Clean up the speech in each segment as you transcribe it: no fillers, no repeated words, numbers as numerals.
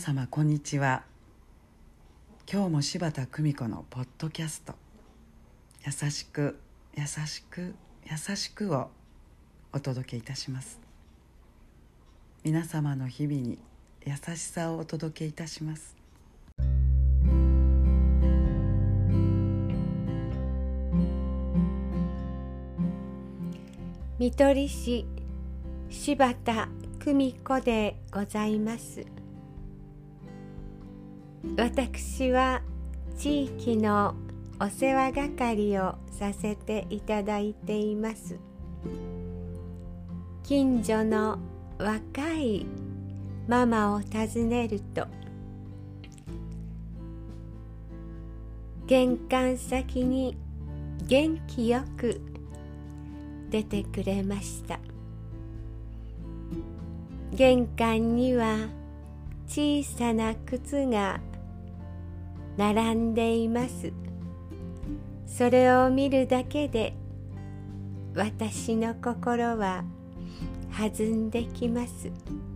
様こんにちは。今日も柴田久美子のポッドキャスト優しく優しく優しくをお届けいたします。皆様の日々に優しさをお届けいたします。 看取り師柴田久美子でございます。私は地域のお世話係をさせていただいています。近所の若いママを訪ねると、玄関先に元気よく出てくれました。玄関には小さな靴が並んでいます。それを見るだけで私の心は弾んできます。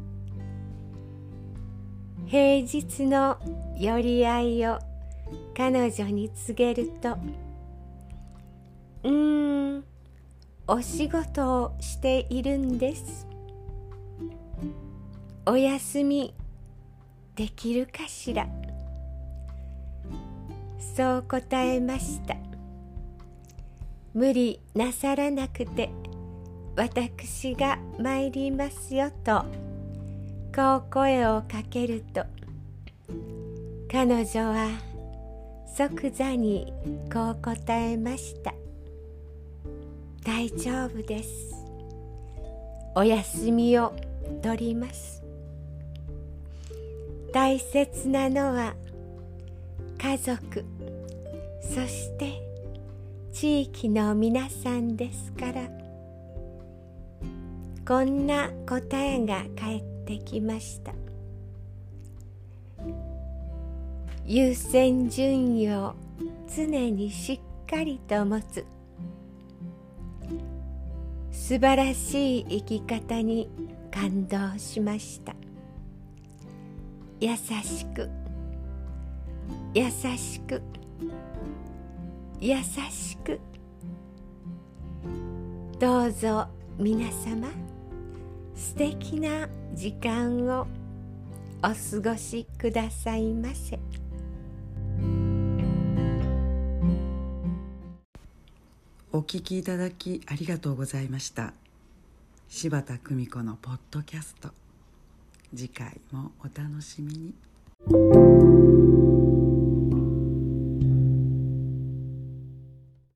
平日の寄り合いを彼女に告げると、お仕事をしているんです。お休みできるかしら。そう答えました。無理なさらなくて私が参りますよとこう声をかけると、彼女は即座にこう答えました。大丈夫です。お休みを取ります。大切なのは家族、そして地域の皆さんですから。こんな答えが返ってきました。優先順位を常にしっかりと持つ。素晴らしい生き方に感動しました。優しく優しく優しく。どうぞ皆様、素敵な時間をお過ごしくださいませ。 お聞きいただきありがとうございました。柴田久美子のポッドキャスト、次回もお楽しみに。